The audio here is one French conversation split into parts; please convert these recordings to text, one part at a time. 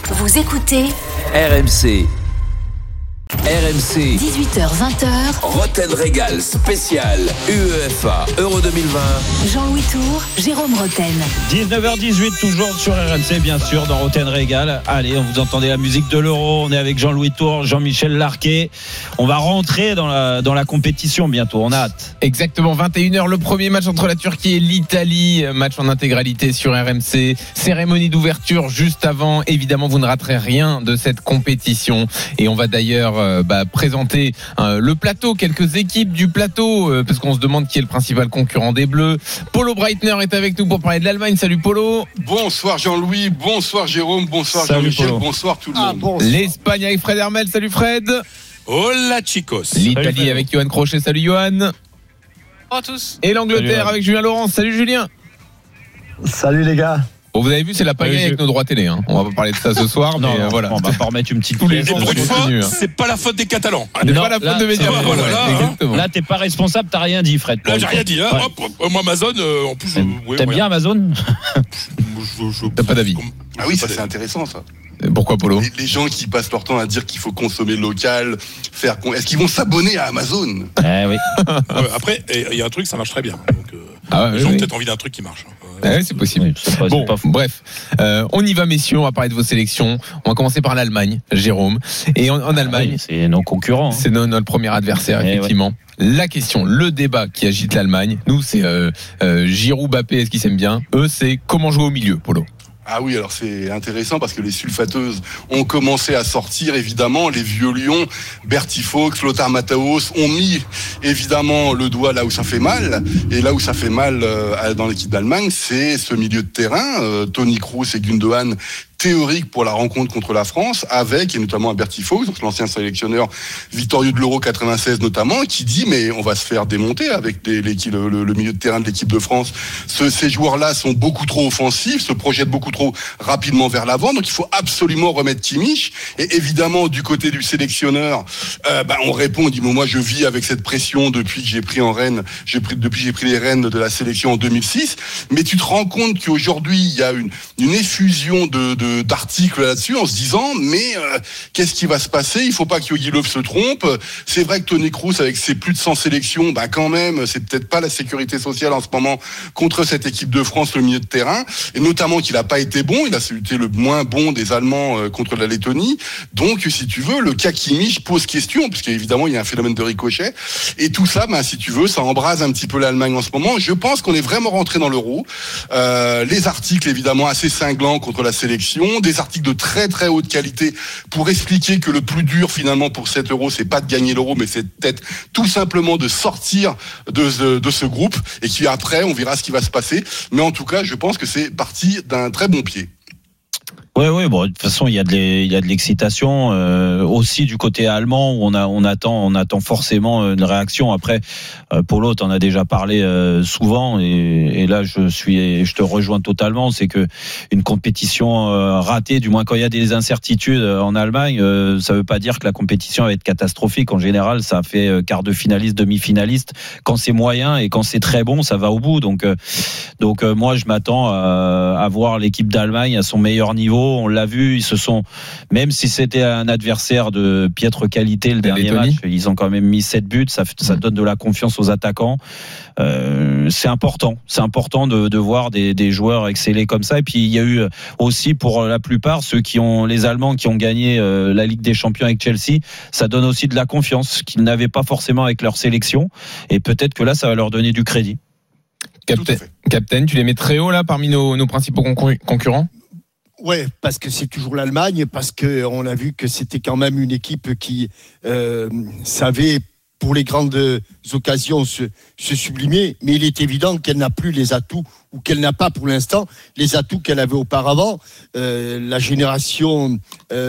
Vous écoutez RMC. RMC 18h-20h Roten Régal spécial UEFA Euro 2020. Jean-Louis Tour, Jérôme Roten. 19h18 toujours sur RMC bien sûr dans Roten Régal. Allez, on vous entendez la musique de l'Euro. On est avec Jean-Louis Tour, Jean-Michel Larquet. On va rentrer dans la compétition bientôt. On a hâte. Exactement, 21h, le premier match entre la Turquie et l'Italie. Match en intégralité sur RMC. Cérémonie d'ouverture juste avant. Évidemment, vous ne raterez rien de cette compétition. Et on va d'ailleurs présenter le plateau, quelques équipes du plateau, parce qu'on se demande qui est le principal concurrent des Bleus. Polo Breitner est avec nous pour parler de l'Allemagne. Salut Polo. Bonsoir Jean-Louis, bonsoir Jérôme, bonsoir Salut Jean-Michel, Polo. bonsoir tout le monde. Bonsoir. L'Espagne avec Fred Hermel. Salut Fred. Hola chicos. L'Italie avec Johan Crochet. Salut Johan. Bonjour à tous. Et l'Angleterre Salut, avec Julien Laurence. Salut Julien. Salut les gars. Bon, vous avez vu, c'est la pagaille avec nos droits télé. On va pas parler de ça ce soir, mais voilà. On va pas remettre une petite Tous les pièce. jours, Et pour une on fois, continue, hein. c'est pas la faute des Catalans. C'est Non, pas la faute là, de Mediapro. c'est vrai, voilà, Exactement. Là, t'es pas responsable, t'as rien dit, Fred. Là, j'ai rien dit. Hein. Ouais. Hop, moi Amazon, en plus. T'aimes bien Amazon? T'as pas d'avis? Ah oui, ça c'est intéressant ça. Pourquoi Polo? Les gens qui passent leur temps à dire qu'il faut consommer local, est-ce qu'ils vont s'abonner à Amazon? Oui. Après, il y a un truc, ça marche très bien. Donc, les gens ont peut-être envie d'un truc qui marche. Ouais, c'est possible. Oui, c'est Bon, pas fou. bref, on y va messieurs, on va parler de vos sélections. On va commencer par l'Allemagne, Jérôme. Et en Allemagne, Oui, c'est nos concurrents. c'est notre premier adversaire, Eh effectivement. La question, le débat qui agite l'Allemagne, nous c'est Giroud, Mbappé, est-ce qu'ils s'aiment bien? Eux, c'est comment jouer au milieu, Polo. Ah oui, alors c'est intéressant parce que les sulfateuses ont commencé à sortir, évidemment. Les vieux lions, Bertie Fox, Lothar Matthäus, ont mis évidemment le doigt là où ça fait mal. Et là où ça fait mal dans l'équipe d'Allemagne, c'est ce milieu de terrain. Toni Kroos et Gundogan, théorique pour la rencontre contre la France, avec, et notamment un Bertie Fox, donc l'ancien sélectionneur victorieux de l'Euro 96 notamment, qui dit mais on va se faire démonter avec le milieu de terrain de l'équipe de France. Ces joueurs-là sont beaucoup trop offensifs, se projettent beaucoup trop rapidement vers l'avant, donc il faut absolument remettre Kimmich. Et évidemment, du côté du sélectionneur, on répond, on dit moi je vis avec cette pression depuis que j'ai pris les rênes de la sélection en 2006, mais tu te rends compte qu'aujourd'hui il y a une effusion d'articles là-dessus en se disant mais qu'est-ce qui va se passer? Il faut pas que Jogi Löw se trompe. C'est vrai que Toni Kroos avec ses plus de 100 sélections, quand même, c'est peut-être pas la sécurité sociale en ce moment contre cette équipe de France, le milieu de terrain, et notamment qu'il a pas été bon, il a été le moins bon des Allemands contre la Lettonie. Donc si tu veux, le cas Kimmich pose question, parce qu'évidemment il y a un phénomène de ricochet, et tout ça, si tu veux, ça embrase un petit peu l'Allemagne en ce moment. Je pense qu'on est vraiment rentré dans l'Euro. Les articles évidemment assez cinglants contre la sélection, des articles de très très haute qualité pour expliquer que le plus dur finalement pour cet Euro, c'est pas de gagner l'Euro, mais c'est peut-être tout simplement de sortir de ce groupe, et puis après on verra ce qui va se passer. Mais en tout cas, je pense que c'est parti d'un très bon pied. Oui, bon, de toute façon, il y a de l'excitation aussi du côté allemand où on attend forcément une réaction. Après, Polo, t'en as déjà parlé souvent, et là je te rejoins totalement. C'est que une compétition ratée, du moins quand il y a des incertitudes en Allemagne, ça veut pas dire que la compétition va être catastrophique. En général, ça fait quart de finaliste, demi-finaliste. Quand c'est moyen et quand c'est très bon, ça va au bout. Donc moi, je m'attends à voir l'équipe d'Allemagne à son meilleur niveau. On l'a vu, ils se sont, même si c'était un adversaire de piètre qualité le dernier match, ils ont quand même mis 7 buts, ça donne de la confiance aux attaquants. C'est important de voir des joueurs exceller comme ça. Et puis il y a eu aussi, pour la plupart, les Allemands qui ont gagné la Ligue des Champions avec Chelsea, ça donne aussi de la confiance qu'ils n'avaient pas forcément avec leur sélection, et peut-être que là ça va leur donner du crédit. Captain, tu les mets très haut là parmi nos principaux concurrents? Ouais, parce que c'est toujours l'Allemagne, parce que on a vu que c'était quand même une équipe qui savait pour les grandes occasions se sublimer, mais il est évident qu'elle n'a plus les atouts, ou qu'elle n'a pas pour l'instant les atouts qu'elle avait auparavant. La génération,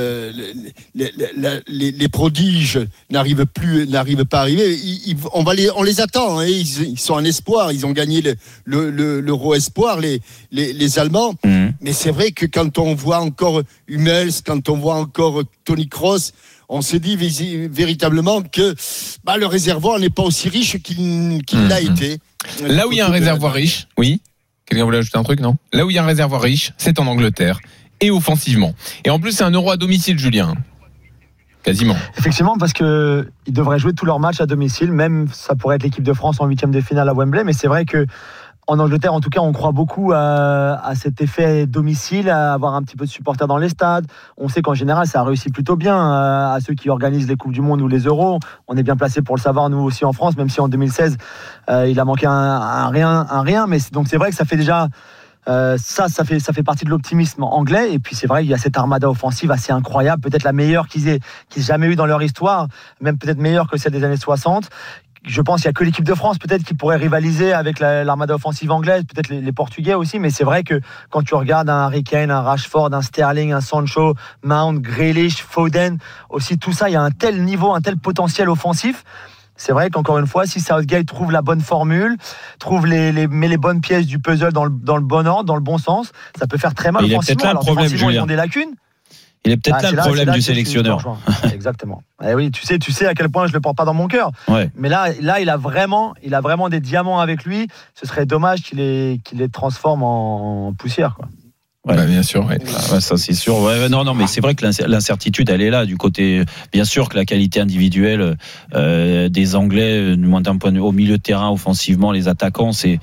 les prodiges n'arrivent pas à arriver. On les attend, hein, ils sont un espoir. Ils ont gagné l'Euro espoir, les Allemands. Mais c'est vrai que quand on voit encore Hummels, quand on voit encore Toni Kroos, on se dit véritablement que le réservoir n'est pas aussi riche qu'il l'a été. Là où il y a un réservoir riche, oui. Quelqu'un voulait ajouter un truc, non? Là où il y a un réservoir riche, c'est en Angleterre. et offensivement. Et en plus, c'est un Euro à domicile, Julien. Quasiment. Effectivement, parce qu'ils devraient jouer tous leurs matchs à domicile, même ça pourrait être l'équipe de France en 8e de finale à Wembley, mais c'est vrai que en Angleterre, en tout cas, on croit beaucoup à cet effet domicile, à avoir un petit peu de supporters dans les stades. On sait qu'en général, ça réussit plutôt bien à ceux qui organisent les Coupes du Monde ou les Euros. On est bien placé pour le savoir, nous aussi en France, même si en 2016, il a manqué un rien. Mais donc c'est vrai que ça fait déjà... ça fait partie de l'optimisme anglais. Et puis c'est vrai qu'il y a cette armada offensive assez incroyable, peut-être la meilleure qu'ils aient jamais eu dans leur histoire, même peut-être meilleure que celle des années 60. Je pense qu'il n'y a que l'équipe de France peut-être qui pourrait rivaliser avec l'armada offensive anglaise, peut-être les Portugais aussi, mais c'est vrai que quand tu regardes un Harry Kane, un Rashford, un Sterling, un Sancho, Mount, Grealish, Foden, aussi tout ça, il y a un tel niveau, un tel potentiel offensif. C'est vrai qu'encore une fois, si Southgate trouve la bonne formule, met les bonnes pièces du puzzle dans le bon ordre, dans le bon sens, ça peut faire très mal offensivement. Il est peut-être là le problème, Julien. Ils ont des lacunes. Il est peut-être là le problème du sélectionneur. Exactement. Et oui, tu sais à quel point je le porte pas dans mon cœur. Ouais. Mais là, il a vraiment des diamants avec lui. Ce serait dommage qu'il les transforme en poussière, quoi. Ouais. Bah, bien sûr, ouais. Ça c'est sûr. Ouais, non, mais c'est vrai que l'incertitude, elle est là du côté. Bien sûr que la qualité individuelle des Anglais, du moins d'un point de vue au milieu de terrain, offensivement, les attaquants, c'est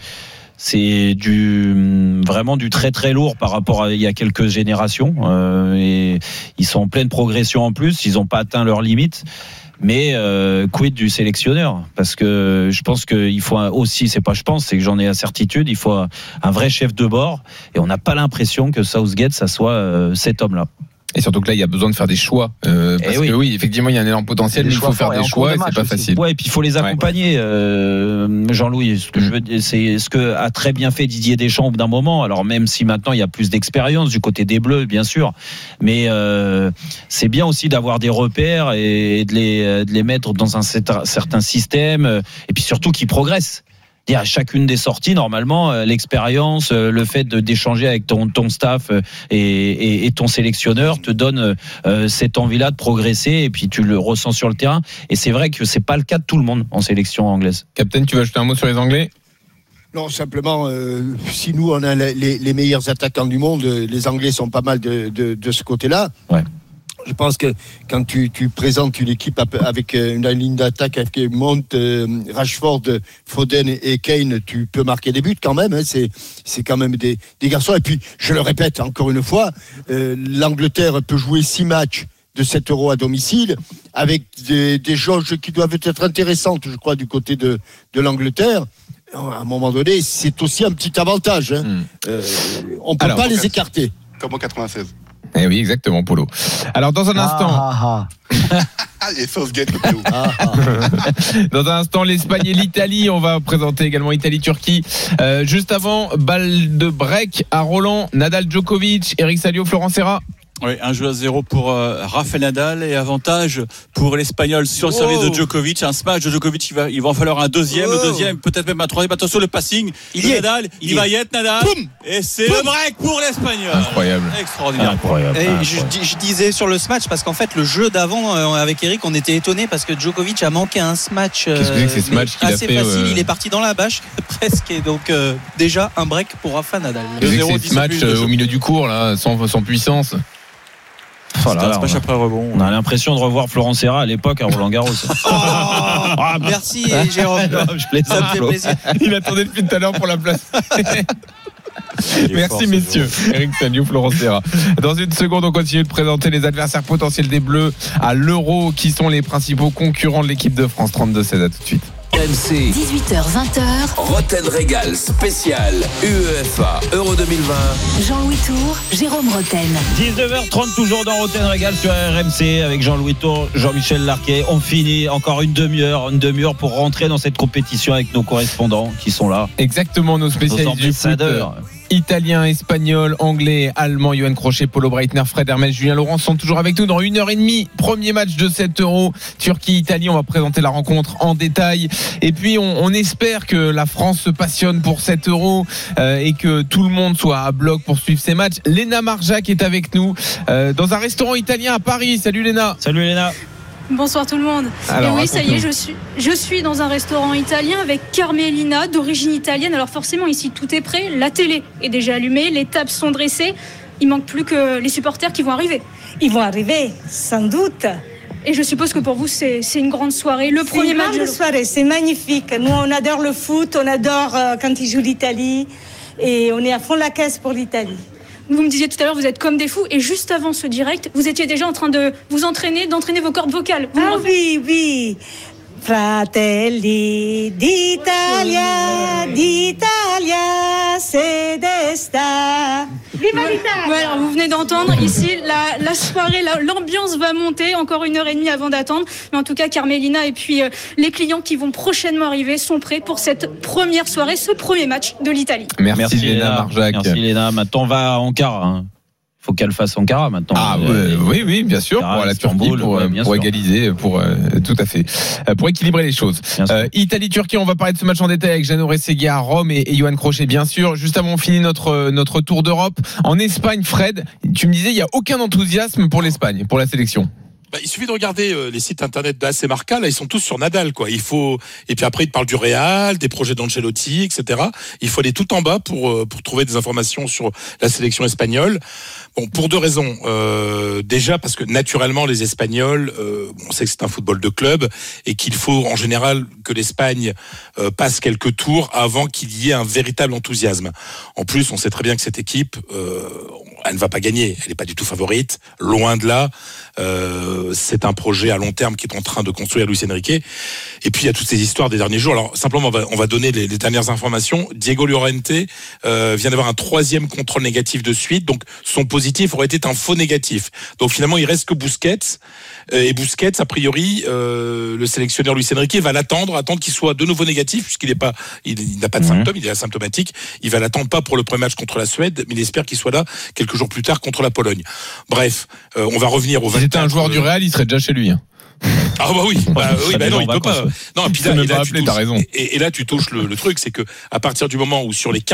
vraiment du très très lourd par rapport à il y a quelques générations. Et ils sont en pleine progression en plus. Ils n'ont pas atteint leurs limites. Mais quid du sélectionneur? Parce que je pense qu'il faut aussi, c'est que j'en ai la certitude, il faut un vrai chef de bord, et on n'a pas l'impression que Southgate, ça soit cet homme-là. Et surtout que là, il y a besoin de faire des choix. Parce que oui, effectivement, il y a un énorme potentiel, mais il faut faire des choix et c'est pas facile. Ouais, et puis il faut les accompagner. Jean-Louis, ce que je veux dire, c'est ce que a très bien fait Didier Deschamps au bout d'un moment. Alors même si maintenant il y a plus d'expérience du côté des Bleus, bien sûr, mais c'est bien aussi d'avoir des repères et de les mettre dans un certain système, et puis surtout qu'ils progressent. À chacune des sorties, normalement, l'expérience, le fait d'échanger avec ton staff et ton sélectionneur te donne cette envie-là de progresser, et puis tu le ressens sur le terrain. Et c'est vrai que c'est pas le cas de tout le monde en sélection anglaise. Captain, tu veux ajouter un mot sur les Anglais ? Non, simplement, si nous on a les meilleurs attaquants du monde, les Anglais sont pas mal de ce côté-là. Ouais. Je pense que quand tu présentes une équipe avec une ligne d'attaque avec Mount, Rashford, Foden et Kane, tu peux marquer des buts quand même. Hein. C'est quand même des garçons. Et puis, je le répète encore une fois, l'Angleterre peut jouer 6 matchs de cet Euro à domicile avec des jauges qui doivent être intéressantes, je crois, du côté de l'Angleterre. À un moment donné, c'est aussi un petit avantage. Hein. On ne peut pas les écarter. Comme en 96. Eh oui, exactement, Polo. Alors, dans un instant... Et Southgate. Dans un instant, l'Espagne et l'Italie. On va présenter également Italie-Turquie. Juste avant, balle de break à Roland. Nadal, Djokovic, Eric Salio, Florent Serra. Oui, 1-0 pour Rafael Nadal et avantage pour l'Espagnol sur le service de Djokovic. Un smash de Djokovic, il va en falloir un deuxième, le deuxième, peut-être même un troisième. Attention, le passing. Nadal, il va y être Nadal. Boum, et c'est le break pour l'Espagnol. Incroyable. Extraordinaire. Incroyable. Et je disais sur le smash, parce qu'en fait, le jeu d'avant, avec Eric, on était étonnés parce que Djokovic a manqué un smash assez facile. Il est parti dans la bâche, presque. Et donc, déjà, un break pour Rafa Nadal. C'est ce match au milieu du court, là, sans puissance. Voilà, on a l'impression de revoir Florent Serra à l'époque à Roland Garros. Merci Jérôme. Ça me fait plaisir. Il attendait depuis tout à l'heure pour la place. Merci messieurs. Eric Salio, Florent Serra. Dans une seconde, on continue de présenter les adversaires potentiels des Bleus à l'Euro, qui sont les principaux concurrents de l'équipe de France. 32-16, à tout de suite. RMC 18h-20h Roten Régal spécial UEFA Euro 2020. Jean-Louis Tour, Jérôme Roten. 19h30 toujours dans Roten Régal sur RMC avec Jean-Louis Tour, Jean-Michel Larquet. On finit encore une demi-heure pour rentrer dans cette compétition avec nos correspondants qui sont là. Exactement, nos spécialistes du foot. Italien, espagnol, anglais, allemand, Johan Crochet, Polo Breitner, Fred Hermel, Julien Laurent sont toujours avec nous dans 1h30. Premier match de cet Euro, Turquie-Italie. On va présenter la rencontre en détail. Et puis, on espère que la France se passionne pour cet Euro et que tout le monde soit à bloc pour suivre ces matchs. Léna Marjac est avec nous dans un restaurant italien à Paris. Salut Léna. Salut Léna. Bonsoir tout le monde. Alors, et oui, ça y est, je suis dans un restaurant italien avec Carmelina, d'origine italienne. Alors forcément, ici, tout est prêt. La télé est déjà allumée, les tables sont dressées. Il manque plus que les supporters qui vont arriver. Ils vont arriver, sans doute. Et je suppose que pour vous, c'est une grande soirée. Le premier match de soirée, c'est magnifique. Nous, on adore le foot, on adore quand ils jouent l'Italie. Et on est à fond la caisse pour l'Italie. Vous me disiez tout à l'heure, vous êtes comme des fous. Et juste avant ce direct, vous étiez déjà en train de vous entraîner, d'entraîner vos cordes vocales. Oui. Fratelli d'Italia, c'est d'esta. Viva l'Italia! Ouais, alors vous venez d'entendre ici la soirée, l'ambiance va monter encore 1h30 avant d'attendre. Mais en tout cas, Carmelina et puis les clients qui vont prochainement arriver sont prêts pour cette première soirée, ce premier match de l'Italie. Merci Léna Marjac. Merci Léna. Maintenant, on va à Ankara. Hein. Faut qu'elle fasse Ankara maintenant. Oui, bien sûr, pour la Turquie, pour égaliser, tout à fait, pour équilibrer les choses. Italie-Turquie, on va parler de ce match en détail avec Jeannot Rességui à Rome et Yoann Crochet, bien sûr. Juste avant, on finit notre tour d'Europe. En Espagne, Fred, tu me disais, il n'y a aucun enthousiasme pour l'Espagne, pour la sélection. Il suffit de regarder les sites internet d'AS Marca, là ils sont tous sur Nadal, quoi. Et puis après ils te parlent du Real, des projets d'Ancelotti, etc. Il faut aller tout en bas pour trouver des informations sur la sélection espagnole. Bon, pour deux raisons. Déjà parce que naturellement les Espagnols, on sait que c'est un football de club et qu'il faut en général que l'Espagne passe quelques tours avant qu'il y ait un véritable enthousiasme. En plus, on sait très bien que cette équipe, elle ne va pas gagner. Elle n'est pas du tout favorite, loin de là. C'est un projet à long terme qui est en train de construire Luis Enrique. Et puis il y a toutes ces histoires des derniers jours. Alors simplement, on va donner les dernières informations. Diego Llorente vient d'avoir un 3e contrôle négatif de suite, donc son positif aurait été un faux négatif. Donc finalement, il reste que Busquets. Et Busquets, a priori, le sélectionneur Luis Enrique va attendre qu'il soit de nouveau négatif, puisqu'il n'a pas de symptômes, il est asymptomatique. Il va l'attendre pas pour le premier match contre la Suède, mais il espère qu'il soit là quelques jours plus tard contre la Pologne. Bref, on va revenir au 24. Si c'était un joueur du Real, il serait déjà chez lui. Ah bah oui, non, il peut pas. Non, puis là, t'as raison. Et là, tu touches le truc, c'est que à partir du moment où sur les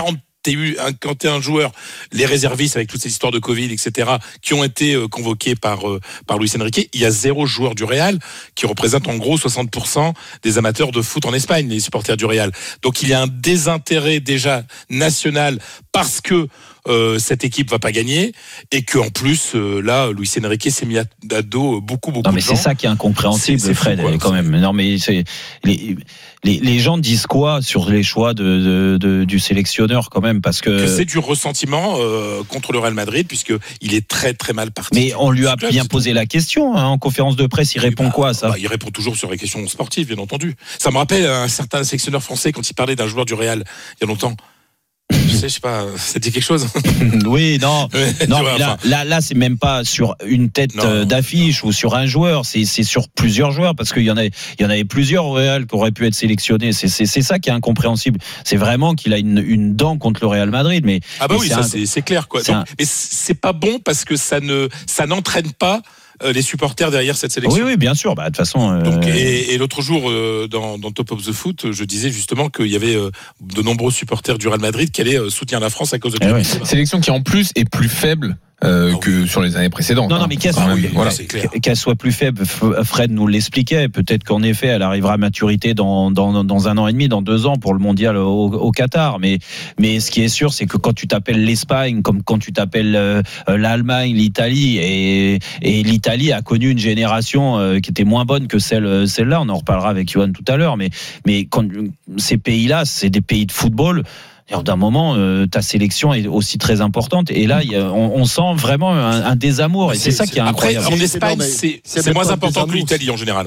41 joueurs, les réservistes avec toutes ces histoires de Covid, etc., qui ont été convoqués par Luis Enrique, il y a 0 joueur du Real qui représente en gros 60% des amateurs de foot en Espagne, les supporters du Real. Donc il y a un désintérêt déjà national parce que cette équipe va pas gagner et que en plus là Luis Enrique s'est mis à dos beaucoup non, mais de gens. C'est ça qui est incompréhensible, Fred, quand même. Non mais c'est les gens disent quoi sur les choix du sélectionneur quand même, parce que c'est du ressentiment contre le Real Madrid, puisque il est très très mal parti. Mais on lui a bien posé la question en conférence de presse. Il répond quoi à ça? Il répond toujours sur les questions sportives, bien entendu. Ça me rappelle un certain sélectionneur français quand il parlait d'un joueur du Real il y a longtemps. Je sais pas, ça dit quelque chose. Oui, non, là, c'est même pas sur une tête d'affiche ou sur un joueur, c'est sur plusieurs joueurs, parce qu'il y en avait plusieurs au Real qui auraient pu être sélectionnés. C'est ça qui est incompréhensible. C'est vraiment qu'il a une dent contre le Real Madrid, mais c'est clair, quoi. Mais c'est pas bon parce que ça n'entraîne pas les supporters derrière cette sélection. Oui, bien sûr. De toute façon. Donc, et l'autre jour, dans Top of the Foot, je disais justement qu'il y avait de nombreux supporters du Real Madrid qui allaient soutenir la France à cause de sélection qui en plus est plus faible que sur les années précédentes. Non, mais qu'elle soit plus faible, Fred nous l'expliquait. Peut-être qu'en effet, elle arrivera à maturité dans 1 an et demi, dans 2 ans pour le mondial au Qatar. Mais ce qui est sûr, c'est que quand tu t'appelles l'Espagne, comme quand tu t'appelles l'Allemagne, l'Italie, et l'Italie a connu une génération qui était moins bonne que celle-là. On en reparlera avec Yoann tout à l'heure. Mais quand ces pays-là, c'est des pays de football. D'un moment, ta sélection est aussi très importante. Et là, on sent vraiment un désamour. Et c'est ça qui est incroyable. Après, en Espagne, c'est moins important que l'Italie en général.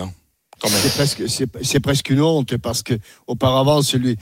C'est presque une honte, parce que auparavant,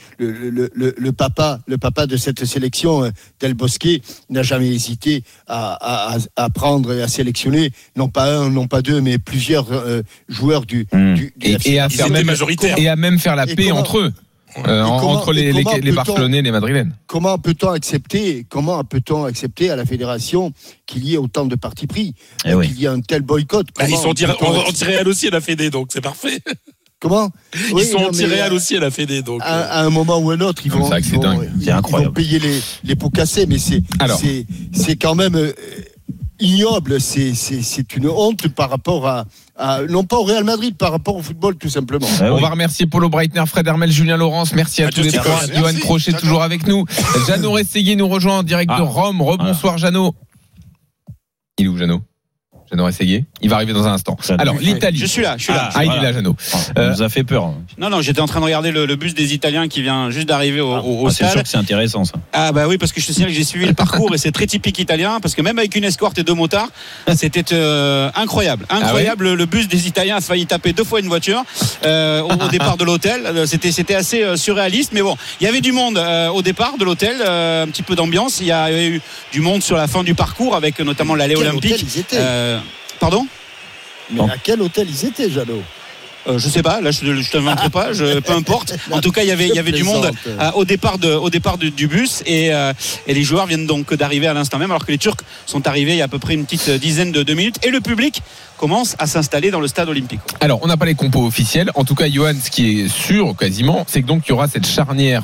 le papa de cette sélection, Del Bosque, n'a jamais hésité à prendre et à sélectionner non pas un, non pas 2, mais plusieurs joueurs et à faire même majoritaire, et à même faire la paix entre eux. Entre les Barcelonais et les Madrilènes. Comment peut-on accepter à la fédération qu'il y ait autant de partis pris, qu'il y ait un tel boycott? Ils sont anti-Real aussi à la Fédé, donc c'est parfait. Comment? Ils sont anti-Real aussi à la Fédé, donc à un moment ou un autre, ils vont payer les pots cassés, mais c'est quand même ignoble. C'est une honte par rapport à non pas au Real Madrid, par rapport au football, tout simplement. On va remercier Paulo Breitner, Fred Hermel, Julien Laurence. Merci à tous les trois. Yoann Crochet toujours avec nous. Jeannot Rességui nous rejoint en direct de Rome. Rebonsoir Jeannot. Il est où, Jeannot? Jeannot Rességuier. Il va arriver dans un instant. Alors, l'Italie. Je suis là. Il est là, Jeannot. Ça nous a fait peur. Non, j'étais en train de regarder le bus des Italiens qui vient juste d'arriver au c'est stade. sûr que c'est intéressant, ça. Ah bah oui, parce que je te signale que j'ai suivi le parcours et c'est très typique italien, parce que même avec une escorte et 2 motards, c'était incroyable. Le bus des Italiens a failli taper 2 fois une voiture au départ de l'hôtel. C'était assez surréaliste, mais bon, il y avait du monde au départ de l'hôtel, un petit peu d'ambiance. Il y a eu du monde sur la fin du parcours avec notamment l'allée olympique. Pardon? Mais à quel hôtel ils étaient, Jeannot? Je sais pas, là je t'inventerai pas, peu importe. En tout cas, il y avait du monde au départ du bus et les joueurs viennent donc d'arriver à l'instant même, alors que les Turcs sont arrivés il y a à peu près une petite dizaine de minutes et le public commence à s'installer dans le stade olympique. Alors, on n'a pas les compos officiels. En tout cas, Johan, ce qui est sûr quasiment, c'est que donc il y aura cette charnière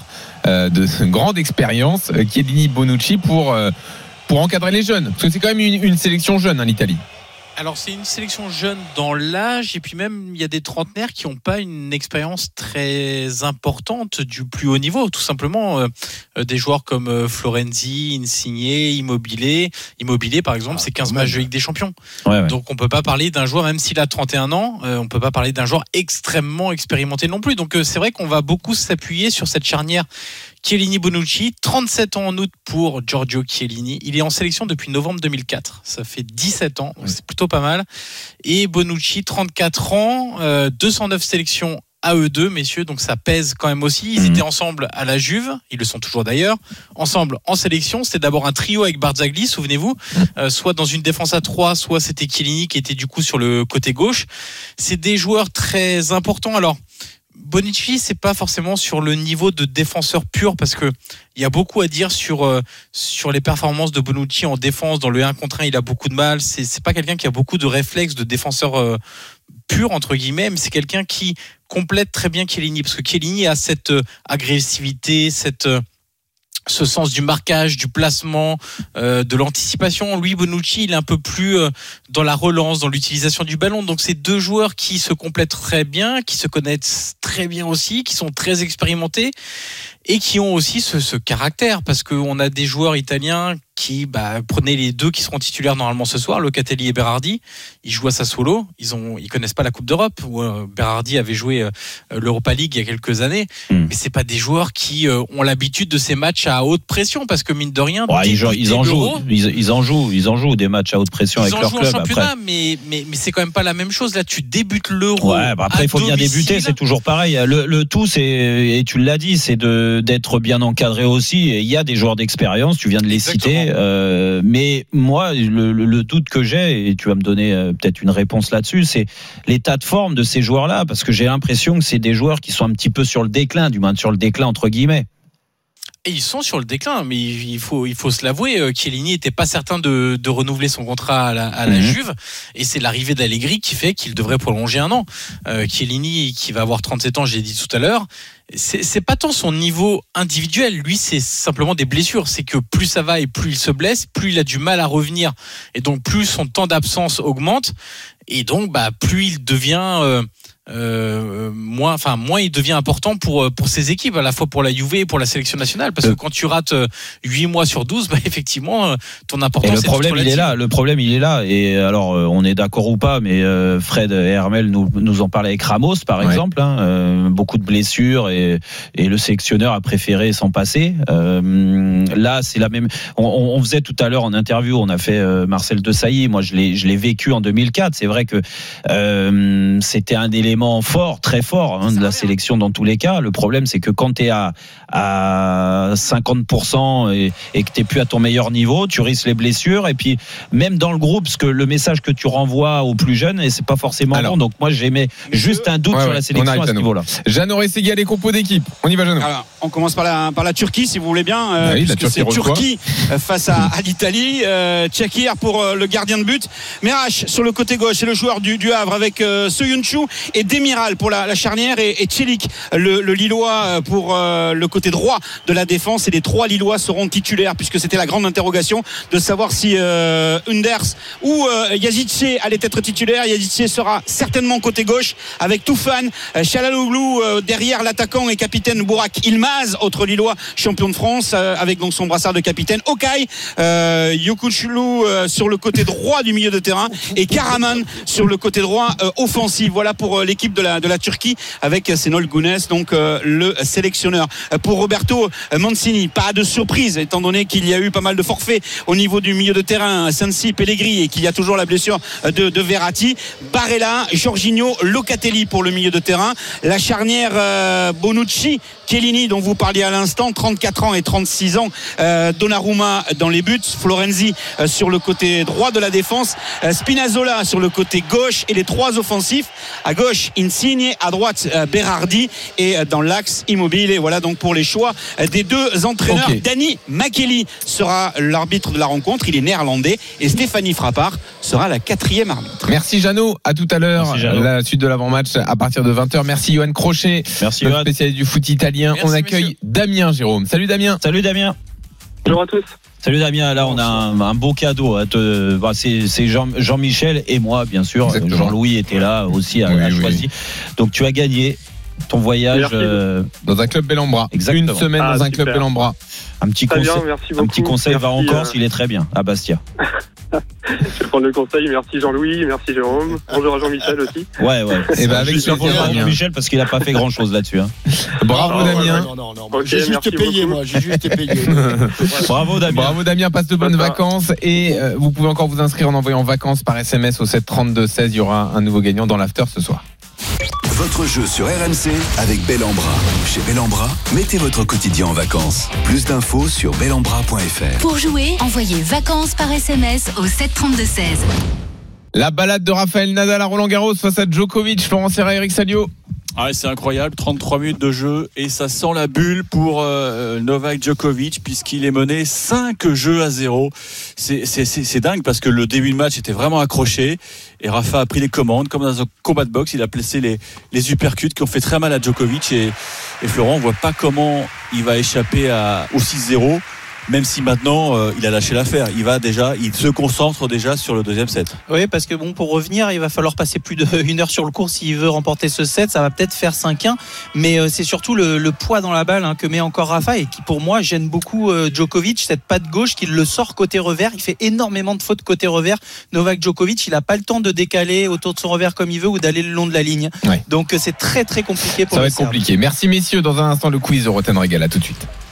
de grande expérience, Chiellini-Bonucci pour encadrer les jeunes. Parce que c'est quand même une sélection jeune, l'Italie. Alors c'est une sélection jeune dans l'âge et puis même il y a des trentenaires qui n'ont pas une expérience très importante du plus haut niveau. Tout simplement des joueurs comme Florenzi, Insigne, Immobile par exemple, c'est 15 matchs de Ligue des Champions. Ouais. Donc on peut pas parler d'un joueur, même s'il a 31 ans, on peut pas parler d'un joueur extrêmement expérimenté non plus. Donc c'est vrai qu'on va beaucoup s'appuyer sur cette charnière Chiellini-Bonucci, 37 ans en août pour Giorgio Chiellini. Il est en sélection depuis novembre 2004. Ça fait 17 ans, donc c'est plutôt pas mal. Et Bonucci, 34 ans, 209 sélections à eux deux, messieurs, donc ça pèse quand même aussi. Ils étaient ensemble à la Juve, ils le sont toujours d'ailleurs, ensemble en sélection. C'était d'abord un trio avec Barzagli, souvenez-vous, soit dans une défense à 3, soit c'était Chiellini qui était du coup sur le côté gauche. C'est des joueurs très importants. Alors, Bonucci, c'est pas forcément sur le niveau de défenseur pur, parce que il y a beaucoup à dire sur les performances de Bonucci en défense. Dans le 1 contre 1, il a beaucoup de mal. C'est pas quelqu'un qui a beaucoup de réflexes de défenseur pur entre guillemets, mais c'est quelqu'un qui complète très bien Chiellini, parce que Chiellini a cette agressivité, ce sens du marquage, du placement, de l'anticipation. Lui, Bonucci, il est un peu plus dans la relance, dans l'utilisation du ballon. Donc c'est deux joueurs qui se complètent très bien, qui se connaissent très bien aussi, qui sont très expérimentés et qui ont aussi ce caractère, parce qu'on a des joueurs italiens qui, prenez les deux qui seront titulaires normalement ce soir, Locatelli et Berardi. Ils jouent à Sassuolo, ils connaissent pas la Coupe d'Europe, où Berardi avait joué l'Europa League il y a quelques années, mais c'est pas des joueurs qui ont l'habitude de ces matchs à haute pression, parce que mine de rien, ils en jouent des matchs à haute pression avec leur club. Ils en jouent en championnat, mais c'est quand même pas la même chose. Là, tu débutes l'Euro. Ouais, après il faut bien débuter, c'est toujours pareil. Le tout, c'est, et tu l'as dit, c'est d'être bien encadré aussi. Et il y a des joueurs d'expérience, tu viens de les citer. Mais moi, le doute que j'ai, et tu vas me donner peut-être une réponse là-dessus, c'est l'état de forme de ces joueurs-là, parce que j'ai l'impression que c'est des joueurs qui sont un petit peu sur le déclin, du moins sur le déclin entre guillemets. Et ils sont sur le déclin, mais il faut se l'avouer, Chiellini n'était pas certain de renouveler son contrat à la Juve, et c'est l'arrivée d'Allegri qui fait qu'il devrait prolonger 1 an. Chiellini, qui va avoir 37 ans, j'ai dit tout à l'heure, c'est pas tant son niveau individuel, lui c'est simplement des blessures. C'est que plus ça va et plus il se blesse, plus il a du mal à revenir, et donc plus son temps d'absence augmente, et donc plus il devient moins il devient important pour ses équipes, à la fois pour la Juve et pour la sélection nationale, parce que quand tu rates 8 mois sur 12, effectivement ton importance. Et le problème il est là, et alors on est d'accord ou pas, mais Fred et Hermel nous en parlaient avec Ramos par exemple, beaucoup de blessures, et le sélectionneur a préféré s'en passer. Là c'est la même, on faisait tout à l'heure en interview, on a fait Marcel Desailly, moi je l'ai vécu en 2004, c'est vrai que c'était un élément fort, très fort de la sélection dans tous les cas. Le problème, c'est que quand tu es à 50% et que tu n'es plus à ton meilleur niveau, tu risques les blessures, et puis même dans le groupe, parce que le message que tu renvoies aux plus jeunes, et c'est pas forcément bon. Donc moi j'aimais juste un doute sur la sélection à ce niveau-là. Jeannot Rességuier, les compos d'équipe. On y va, Jeannot. Alors, on commence par la Turquie, si vous voulez bien, puisque c'est Turquie face à l'Italie. Tchakir pour le gardien de but, Merash sur le côté gauche, c'est le joueur du Havre avec Soyuncu, et Demiral pour la charnière et Celik, le Lillois, pour le côté droit de la défense. Et les 3 Lillois seront titulaires, puisque c'était la grande interrogation de savoir si Unders ou Yazice allait être titulaire. Yazice sera certainement côté gauche avec Toufan, Çalhanoğlu derrière l'attaquant et capitaine Burak Yılmaz, autre Lillois champion de France, avec donc son brassard de capitaine. Okay, Yokuşlu sur le côté droit du milieu de terrain et Karaman sur le côté droit offensif. Voilà pour l'équipe de la Turquie avec Şenol Güneş, donc le sélectionneur. Pour Roberto Mancini, pas de surprise étant donné qu'il y a eu pas mal de forfaits au niveau du milieu de terrain. Sensi, Pellegrini, et qu'il y a toujours la blessure de Verratti. Barella, Jorginho, Locatelli pour le milieu de terrain. La charnière Bonucci, Chiellini dont vous parliez à l'instant, 34 ans et 36 ans. Donnarumma dans les buts, Florenzi sur le côté droit de la défense, Spinazzola sur le côté gauche et les 3 offensifs. À gauche Insigne, à droite Berardi et dans l'axe Immobile. Et voilà donc pour les choix des 2 entraîneurs. Danny Makeli sera l'arbitre de la rencontre, il est néerlandais, et Stéphanie Frappard sera la 4e arbitre. Merci Jeannot, à tout à l'heure. La suite de l'avant-match à partir de 20h. Merci Johan Crochet, notre spécialiste du foot italien. Merci, on accueille messieurs. Damien Jérôme. Salut Damien. Salut Damien. Bonjour à tous. Salut Damien, là on a un beau cadeau. C'est Jean-Michel et moi bien sûr. Exactement. Jean-Louis était là aussi à choisir. Donc tu as gagné ton voyage dans un club Bellambra. Exactement. Une semaine dans un club Bellambra. Un petit conseil va en Corse, il est très bien à Bastia. Je vais prendre le conseil. Merci Jean-Louis, merci Jérôme. Bonjour à Jean-Michel aussi. Ouais. Et avec Jean-Michel parce qu'il n'a pas fait grand-chose là-dessus. Hein. Bravo Damien. Non. J'ai juste payé moi. Bravo Damien. Bravo Damien. Passe de bonnes vacances et vous pouvez encore vous inscrire en envoyant vacances par SMS au 732-16. Il y aura un nouveau gagnant dans l'after ce soir. Votre jeu sur RMC avec Bellambra. Chez Bellambra, mettez votre quotidien en vacances. Plus d'infos sur bellambra.fr. Pour jouer, envoyez vacances par SMS au 732-16. La balade de Rafael Nadal à Roland-Garros face à Djokovic. Florent Serra, Eric Salio. Ah, c'est incroyable, 33 minutes de jeu et ça sent la bulle pour Novak Djokovic puisqu'il est mené 5-0. C'est dingue parce que le début de match était vraiment accroché et Rafa a pris les commandes comme dans un combat de boxe. Il a placé les uppercuts qui ont fait très mal à Djokovic et Florent, on voit pas comment il va échapper au 6-0. Même si maintenant il a lâché l'affaire, il se concentre déjà sur le deuxième set. Oui, parce que pour revenir, il va falloir passer plus d'1 heure sur le court s'il veut remporter ce set. Ça va peut-être faire 5-1, mais c'est surtout le poids dans la balle que met encore Rafa et qui pour moi gêne beaucoup Djokovic. Cette patte gauche qui le sort côté revers, il fait énormément de fautes côté revers. Novak Djokovic, il n'a pas le temps de décaler autour de son revers comme il veut ou d'aller le long de la ligne. Ouais. Donc c'est très très compliqué pour ça va être compliqué. Merci messieurs, dans un instant le quiz de Roten Régal, à tout de suite.